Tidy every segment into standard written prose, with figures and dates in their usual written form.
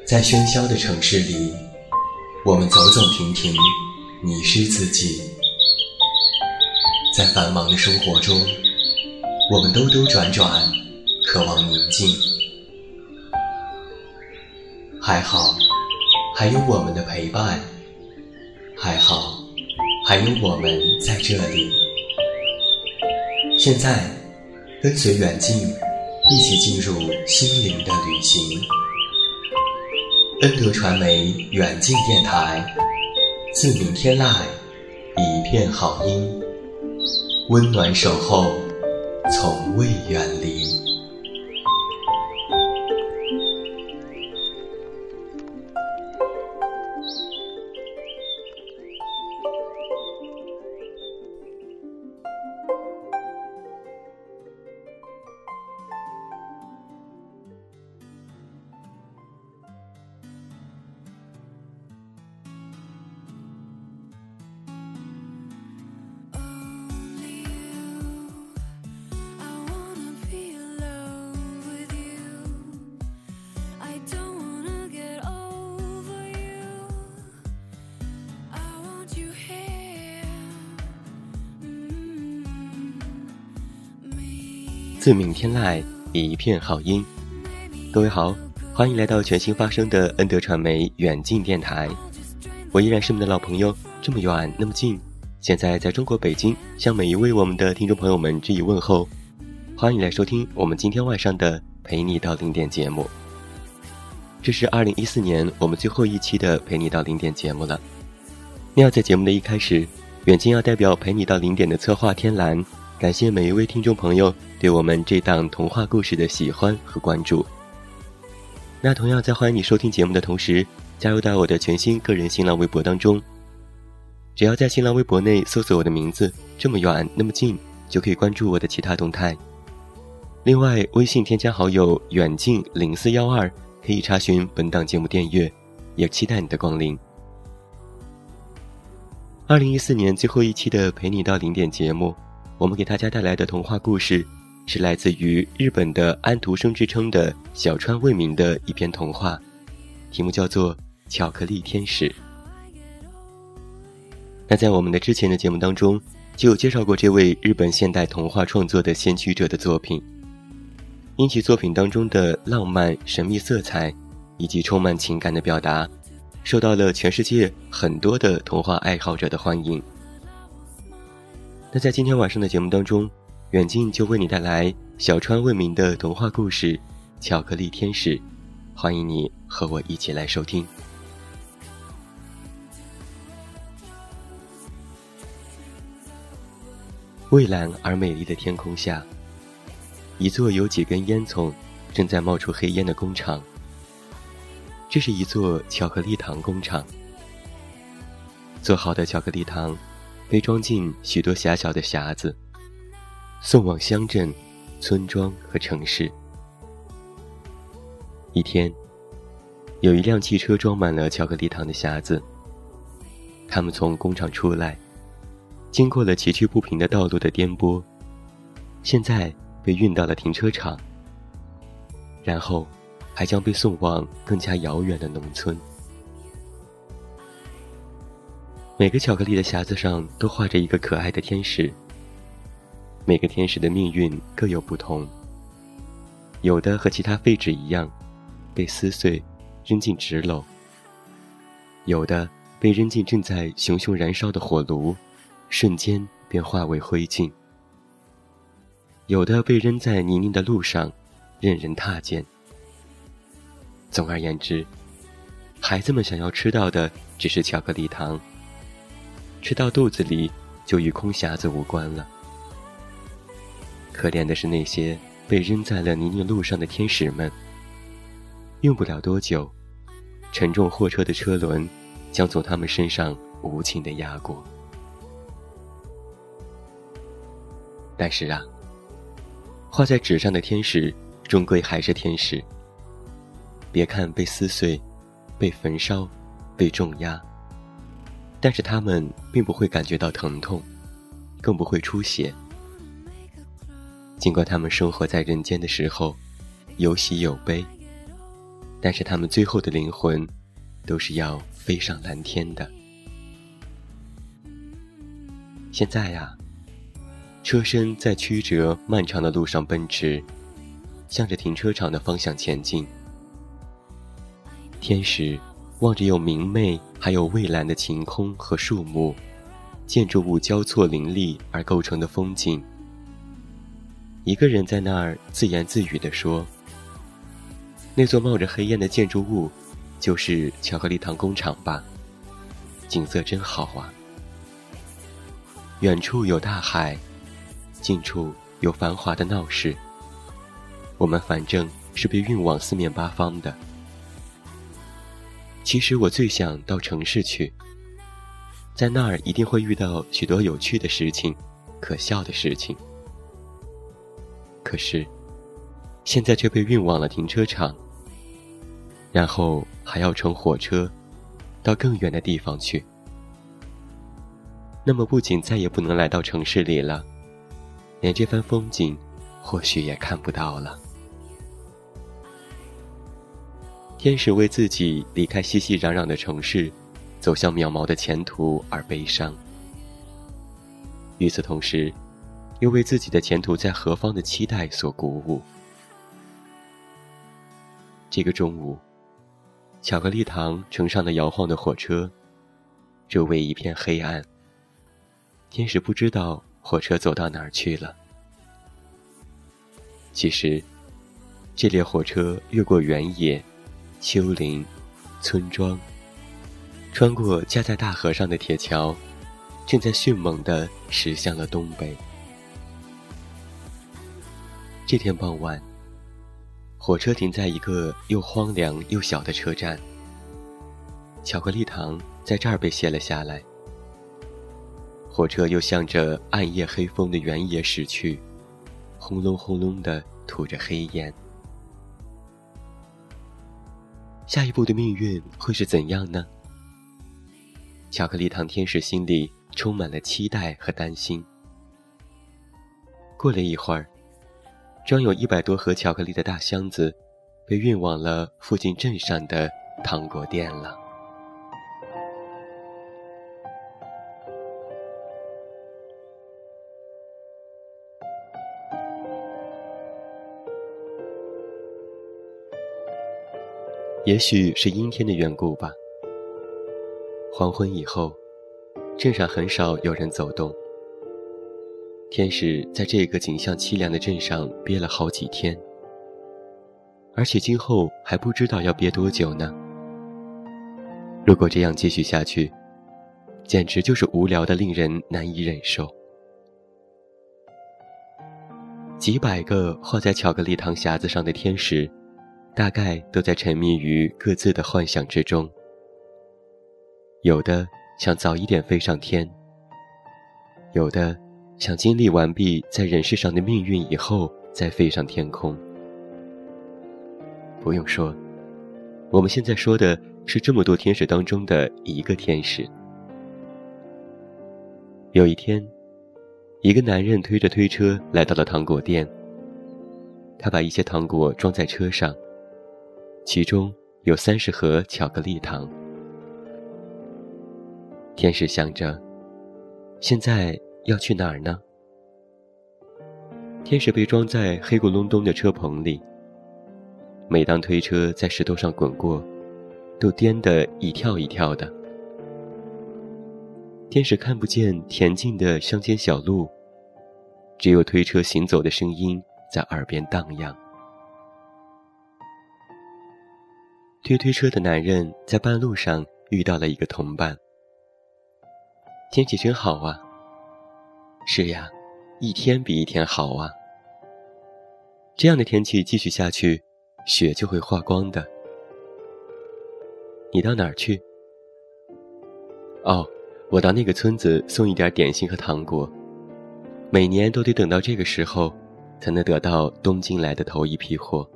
在喧嚣的城市里，我们走走停停，迷失自己。在繁忙的生活中，我们兜兜转转，渴望宁静。还好，还有我们的陪伴，还好，还有我们在这里。现在，跟随远近，一起进入心灵的旅行。恩德传媒远近电台，自明天籁，一片好音，温暖守候，从未远离。自明天籁，一片好音。各位好，欢迎来到全新发声的恩德传媒远近电台。我依然是你们的老朋友，这么远那么近，现在在中国北京，向每一位我们的听众朋友们致以问候。欢迎来收听我们今天晚上的陪你到零点节目。这是2014年我们最后一期的陪你到零点节目了。那要在节目的一开始，远近要代表陪你到零点的策划天蓝，感谢每一位听众朋友对我们这档童话故事的喜欢和关注。那同样在欢迎你收听节目的同时，加入到我的全新个人新浪微博当中。只要在新浪微博内搜索我的名字这么远那么近，就可以关注我的其他动态。另外微信添加好友远近0412，可以查询本档节目订阅，也期待你的光临。2014年最后一期的陪你到零点节目，我们给大家带来的童话故事是来自于日本的安徒生之称的小川卫民的一篇童话，题目叫做《巧克力天使》。那在我们的之前的节目当中，就有介绍过这位日本现代童话创作的先驱者的作品。因其作品当中的浪漫神秘色彩以及充满情感的表达，受到了全世界很多的童话爱好者的欢迎。那在今天晚上的节目当中，远近就为你带来小川卫民的童话故事《巧克力天使》，欢迎你和我一起来收听。蔚蓝而美丽的天空下，一座有几根烟囱正在冒出黑烟的工厂。这是一座巧克力糖工厂。做好的巧克力糖被装进许多狭小的匣子，送往乡镇、村庄和城市。一天，有一辆汽车装满了巧克力糖的匣子，他们从工厂出来，经过了崎岖不平的道路的颠簸，现在被运到了停车场，然后还将被送往更加遥远的农村。每个巧克力的匣子上都画着一个可爱的天使，每个天使的命运各有不同，有的和其他废纸一样被撕碎扔进纸篓，有的被扔进正在熊熊燃烧的火炉，瞬间便化为灰烬，有的被扔在泥泞的路上任人踏见。总而言之，孩子们想要吃到的只是巧克力糖，吃到肚子里就与空匣子无关了。可怜的是那些被扔在了泥泞路上的天使们，用不了多久，沉重货车的车轮将从他们身上无情地压过。但是啊，画在纸上的天使终归还是天使。别看被撕碎、被焚烧、被重压，但是他们并不会感觉到疼痛，更不会出血。尽管他们生活在人间的时候有喜有悲， 但是他们最后的灵魂都是要飞上蓝天的。现在啊，车身在曲折漫长的路上奔驰，向着停车场的方向前进。天使望着有明媚还有蔚蓝的晴空和树木，建筑物交错林立而构成的风景。一个人在那儿自言自语地说，那座冒着黑烟的建筑物就是巧克力糖工厂吧，景色真好啊。远处有大海，近处有繁华的闹市，我们反正是被运往四面八方的。其实我最想到城市去，在那儿一定会遇到许多有趣的事情，可笑的事情。可是现在却被运往了停车场，然后还要乘火车到更远的地方去。那么不仅再也不能来到城市里了，连这番风景或许也看不到了。天使为自己离开熙熙攘攘的城市，走向渺茫的前途而悲伤，与此同时又为自己的前途在何方的期待所鼓舞。这个中午，巧克力糖乘上了摇晃的火车，周围一片黑暗，天使不知道火车走到哪儿去了。其实这列火车越过原野、丘陵、村庄，穿过架在大河上的铁桥，正在迅猛地驶向了东北。这天傍晚，火车停在一个又荒凉又小的车站，巧克力糖在这儿被卸了下来。火车又向着暗夜黑风的原野驶去，轰隆轰隆地吐着黑烟。下一步的命运会是怎样呢？巧克力糖天使心里充满了期待和担心。过了一会儿，装有100多盒巧克力的大箱子被运往了附近镇上的糖果店了。也许是阴天的缘故吧，黄昏以后，镇上很少有人走动。天使在这个景象凄凉的镇上憋了好几天，而且今后还不知道要憋多久呢。如果这样继续下去，简直就是无聊的令人难以忍受。几百个画在巧克力糖匣子上的天使，大概都在沉迷于各自的幻想之中。有的想早一点飞上天，有的想经历完毕在人世上的命运以后再飞上天空。不用说，我们现在说的是这么多天使当中的一个天使。有一天，一个男人推着推车来到了糖果店，他把一些糖果装在车上，其中有30盒巧克力糖。天使想着，现在要去哪儿呢？天使被装在黑咕隆咚的车棚里，每当推车在石头上滚过，都颠得一跳一跳的。天使看不见恬静的乡间小路，只有推车行走的声音在耳边荡漾。推推车的男人在半路上遇到了一个同伴。天气真好啊。是呀，一天比一天好啊。这样的天气继续下去，雪就会化光的。你到哪儿去？哦，我到那个村子送一点点心和糖果，每年都得等到这个时候才能得到东京来的头一批货。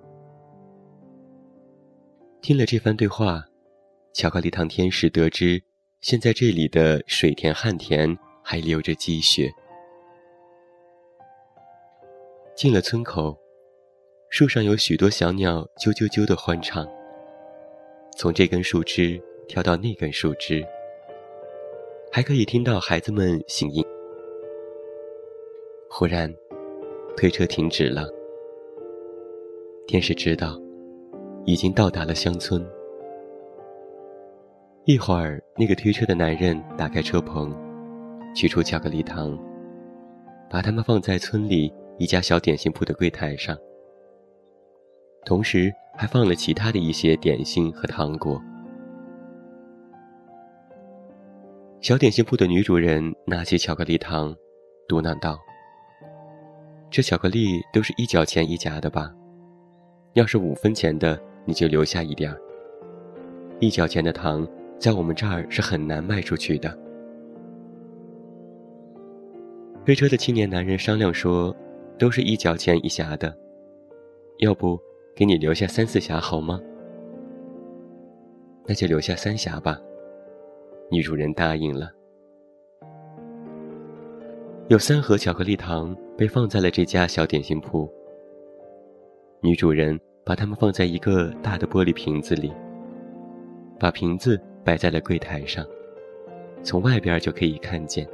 听了这番对话，巧克力糖天使得知现在这里的水田旱田还留着积雪。进了村口， 树上有许多小鸟啾啾啾地欢唱，从这根树枝跳到那根树枝，还可以听到孩子们醒音。忽然，推车停止了。天使知道，已经到达了乡村。一会儿，那个推车的男人打开车棚，取出巧克力糖，把它们放在村里一家小点心铺的柜台上，同时还放了其他的一些点心和糖果。小点心铺的女主人拿起巧克力糖，嘟囔道：“这巧克力都是1角钱一夹的吧？要是5分钱的，你就留下一点儿。1角钱的糖，在我们这儿是很难卖出去的。”推车的青年男人商量说，都是1角钱一匣的，要不给你留下3、4匣好吗？那就留下3匣吧。女主人答应了。有3盒巧克力糖被放在了这家小点心铺。女主人把它们放在一个大的玻璃瓶子里，把瓶子摆在了柜台上，从外边就可以看见。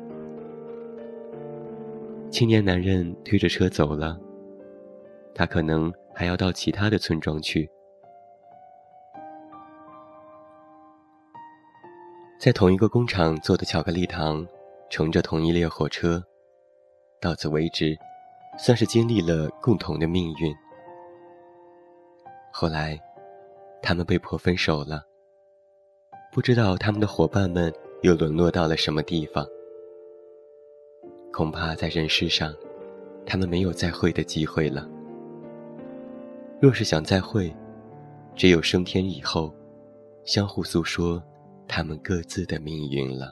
青年男人推着车走了，他可能还要到其他的村庄去。在同一个工厂做的巧克力糖，乘着同一列火车，到此为止，算是经历了共同的命运。后来，他们被迫分手了，不知道他们的伙伴们又沦落到了什么地方。恐怕在人世上，他们没有再会的机会了。若是想再会，只有升天以后，相互诉说他们各自的命运了。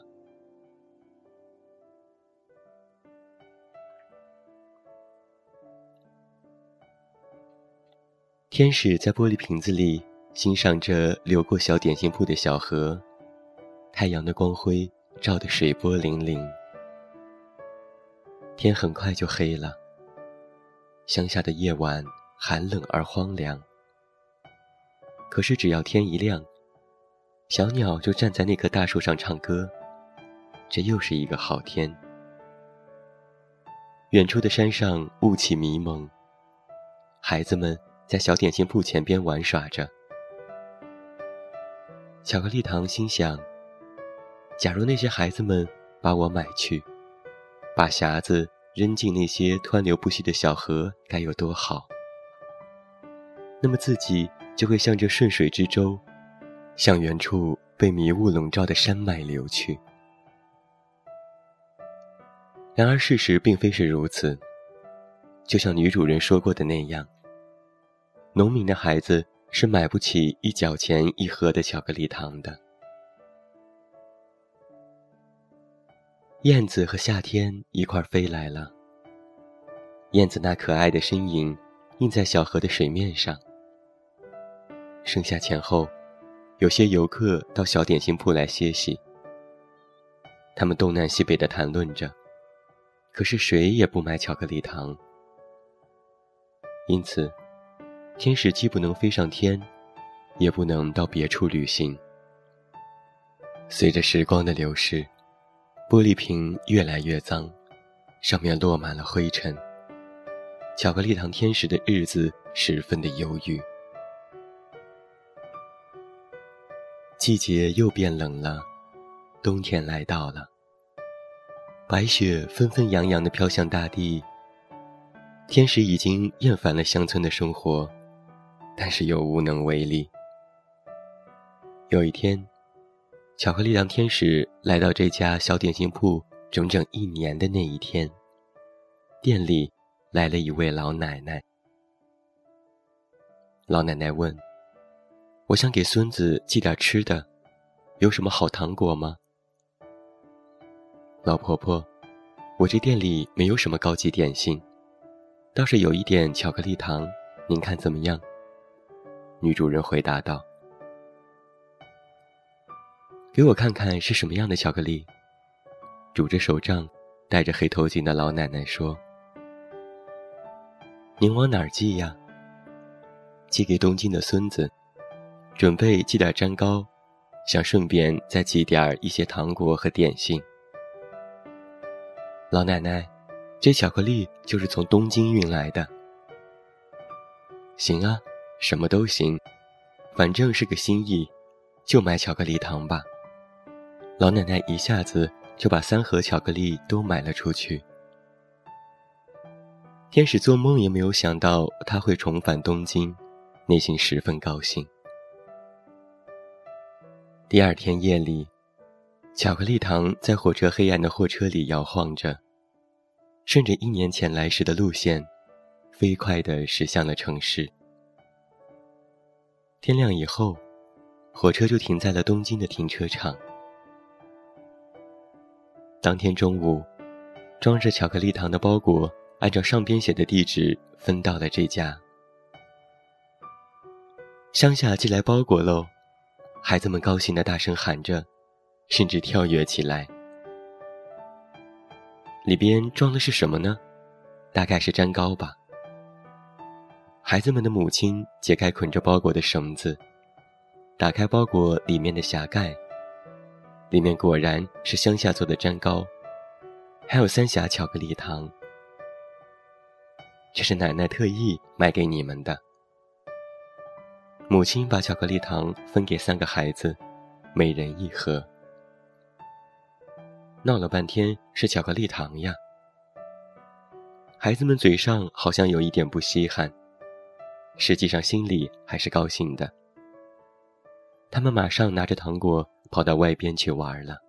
天使在玻璃瓶子里欣赏着流过小点心铺的小河，太阳的光辉照得水波粼粼。天很快就黑了，乡下的夜晚寒冷而荒凉。可是只要天一亮，小鸟就站在那棵大树上唱歌，这又是一个好天。远处的山上雾气迷蒙，孩子们在小点心铺前边玩耍着。巧克力糖心想，假如那些孩子们把我买去，把匣子扔进那些湍流不息的小河，该有多好。那么自己就会向着顺水之舟，向远处被迷雾笼罩的山脉流去。然而事实并非是如此，就像女主人说过的那样，农民的孩子是买不起1角钱一盒的巧克力糖的。燕子和夏天一块飞来了，燕子那可爱的身影映在小河的水面上。盛夏前后，有些游客到小点心铺来歇息，他们东南西北地谈论着，可是谁也不买巧克力糖。因此，天使既不能飞上天，也不能到别处旅行。随着时光的流逝，玻璃瓶越来越脏，上面落满了灰尘。巧克力糖天使的日子十分的忧郁。季节又变冷了，冬天来到了。白雪纷纷扬扬地飘向大地。天使已经厌烦了乡村的生活，但是又无能为力。有一天，巧克力糖天使来到这家小点心铺整整1年的那一天，店里来了一位老奶奶。老奶奶问：“我想给孙子寄点吃的，有什么好糖果吗？”老婆婆，我这店里没有什么高级点心，倒是有一点巧克力糖，您看怎么样？女主人回答道。给我看看是什么样的巧克力。拄着手杖，戴着黑头巾的老奶奶说。您往哪儿寄呀？ 寄给东京的孙子，准备寄点粘糕，想顺便再寄点一些糖果和点心。老奶奶，这巧克力就是从东京运来的。行啊，什么都行，反正是个心意，就买巧克力糖吧。老奶奶一下子就把3盒巧克力都买了出去。天使做梦也没有想到他会重返东京，内心十分高兴。第2天夜里，巧克力糖在火车黑暗的货车里摇晃着，顺着1年前来时的路线，飞快地驶向了城市。天亮以后，火车就停在了东京的停车场。当天中午，装着巧克力糖的包裹按照上边写的地址分到了这家。乡下寄来包裹喽！孩子们高兴地大声喊着，甚至跳跃起来。里边装的是什么呢？大概是粘糕吧。孩子们的母亲解开捆着包裹的绳子，打开包裹里面的匣盖，里面果然是乡下做的粘糕，还有3匣巧克力糖。这是奶奶特意买给你们的。母亲把巧克力糖分给3个孩子，每人1盒。闹了半天是巧克力糖呀。孩子们嘴上好像有一点不稀罕，实际上心里还是高兴的。他们马上拿着糖果跑到外边去玩了。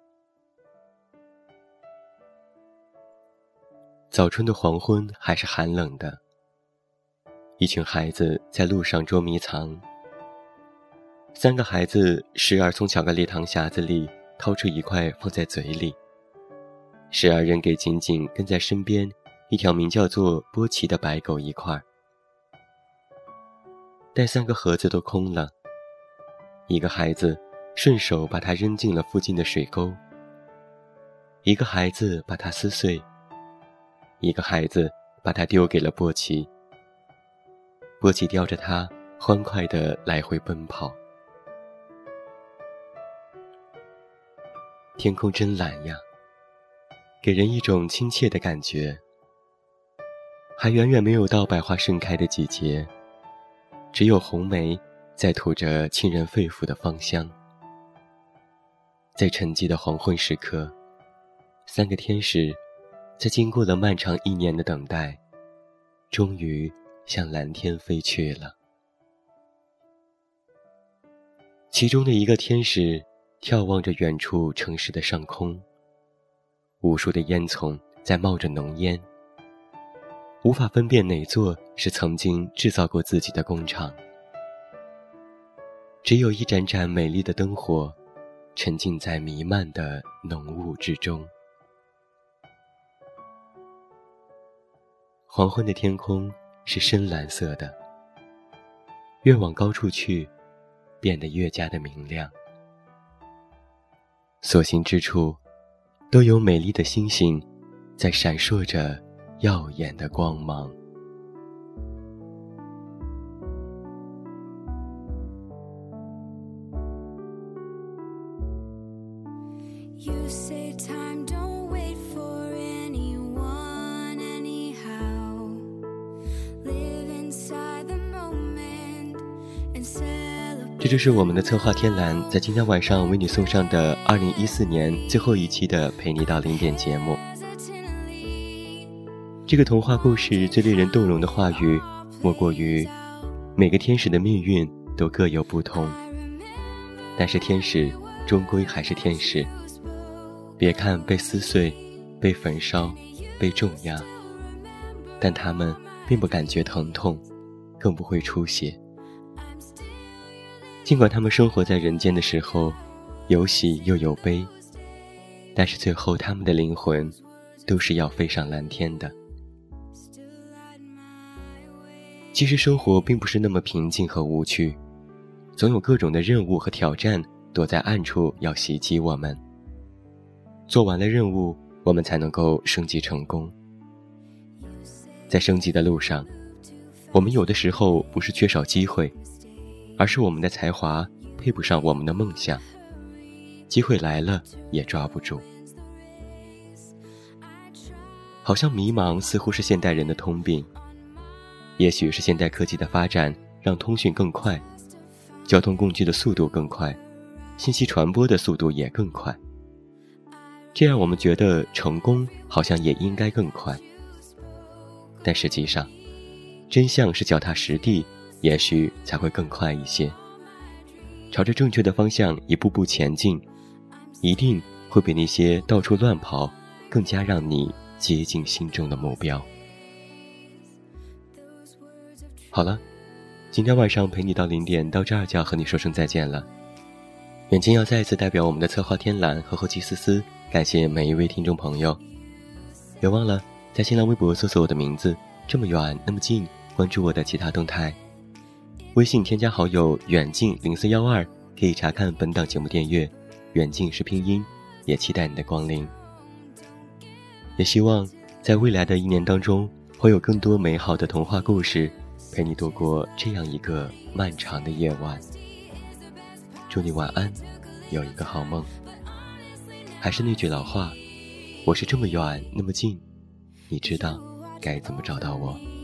早春的黄昏还是寒冷的，一群孩子在路上捉迷藏。3个孩子时而从巧克力糖匣子里掏出一块放在嘴里，时而扔给紧紧跟在身边一条名叫做波奇的白狗一块。待3个盒子都空了，一个孩子顺手把它扔进了附近的水沟，一个孩子把它撕碎，一个孩子把它丢给了波奇。波奇叼着它欢快地来回奔跑。天空真蓝呀，给人一种亲切的感觉。还远远没有到百花盛开的季节，只有红梅在吐着沁人肺腑的芳香。在沉寂的黄昏时刻，3个天使在经过了漫长1年的等待，终于向蓝天飞去了。其中的一个天使眺望着远处城市的上空，无数的烟囱在冒着浓烟，无法分辨哪座是曾经制造过自己的工厂。只有一盏盏美丽的灯火沉浸在弥漫的浓雾之中。黄昏的天空是深蓝色的，越往高处去，变得越加的明亮。所行之处，都有美丽的星星在闪烁着耀眼的光芒。 You say time don't wait for anyone anyhow. Live inside the moment and celebrate. 这就是我们的策划天蓝在今天晚上为你送上的2014年最后一期的陪你到0点节目。这个童话故事最令人动容的话语莫过于每个天使的命运都各有不同，但是天使终归还是天使。别看被撕碎，被焚烧，被重压，但他们并不感觉疼痛，更不会出血。尽管他们生活在人间的时候有喜又有悲，但是最后他们的灵魂都是要飞上蓝天的。其实生活并不是那么平静和无趣，总有各种的任务和挑战躲在暗处要袭击我们。做完了任务，我们才能够升级成功。在升级的路上， 我们有的时候不是缺少机会，而是我们的才华配不上我们的梦想，机会来了也抓不住。好像迷茫似乎是现代人的通病，也许是现代科技的发展让通讯更快，交通工具的速度更快，信息传播的速度也更快，这样我们觉得成功好像也应该更快。但实际上，真相是脚踏实地，也许才会更快一些。朝着正确的方向一步步前进，一定会比那些到处乱跑更加让你接近心中的目标。好了，今天晚上陪你到0点，到这儿就要和你说声再见了。远近要再一次代表我们的策划天蓝和后期思思，感谢每一位听众朋友。别忘了在新浪微博搜索我的名字，这么远那么近，关注我的其他动态。微信添加好友远近0412，可以查看本档节目订阅，远近是拼音，也期待你的光临。也希望在未来的1年当中，会有更多美好的童话故事陪你度过这样一个漫长的夜晚。祝你晚安，有一个好梦。还是那句老话，我是这么远那么近，你知道该怎么找到我。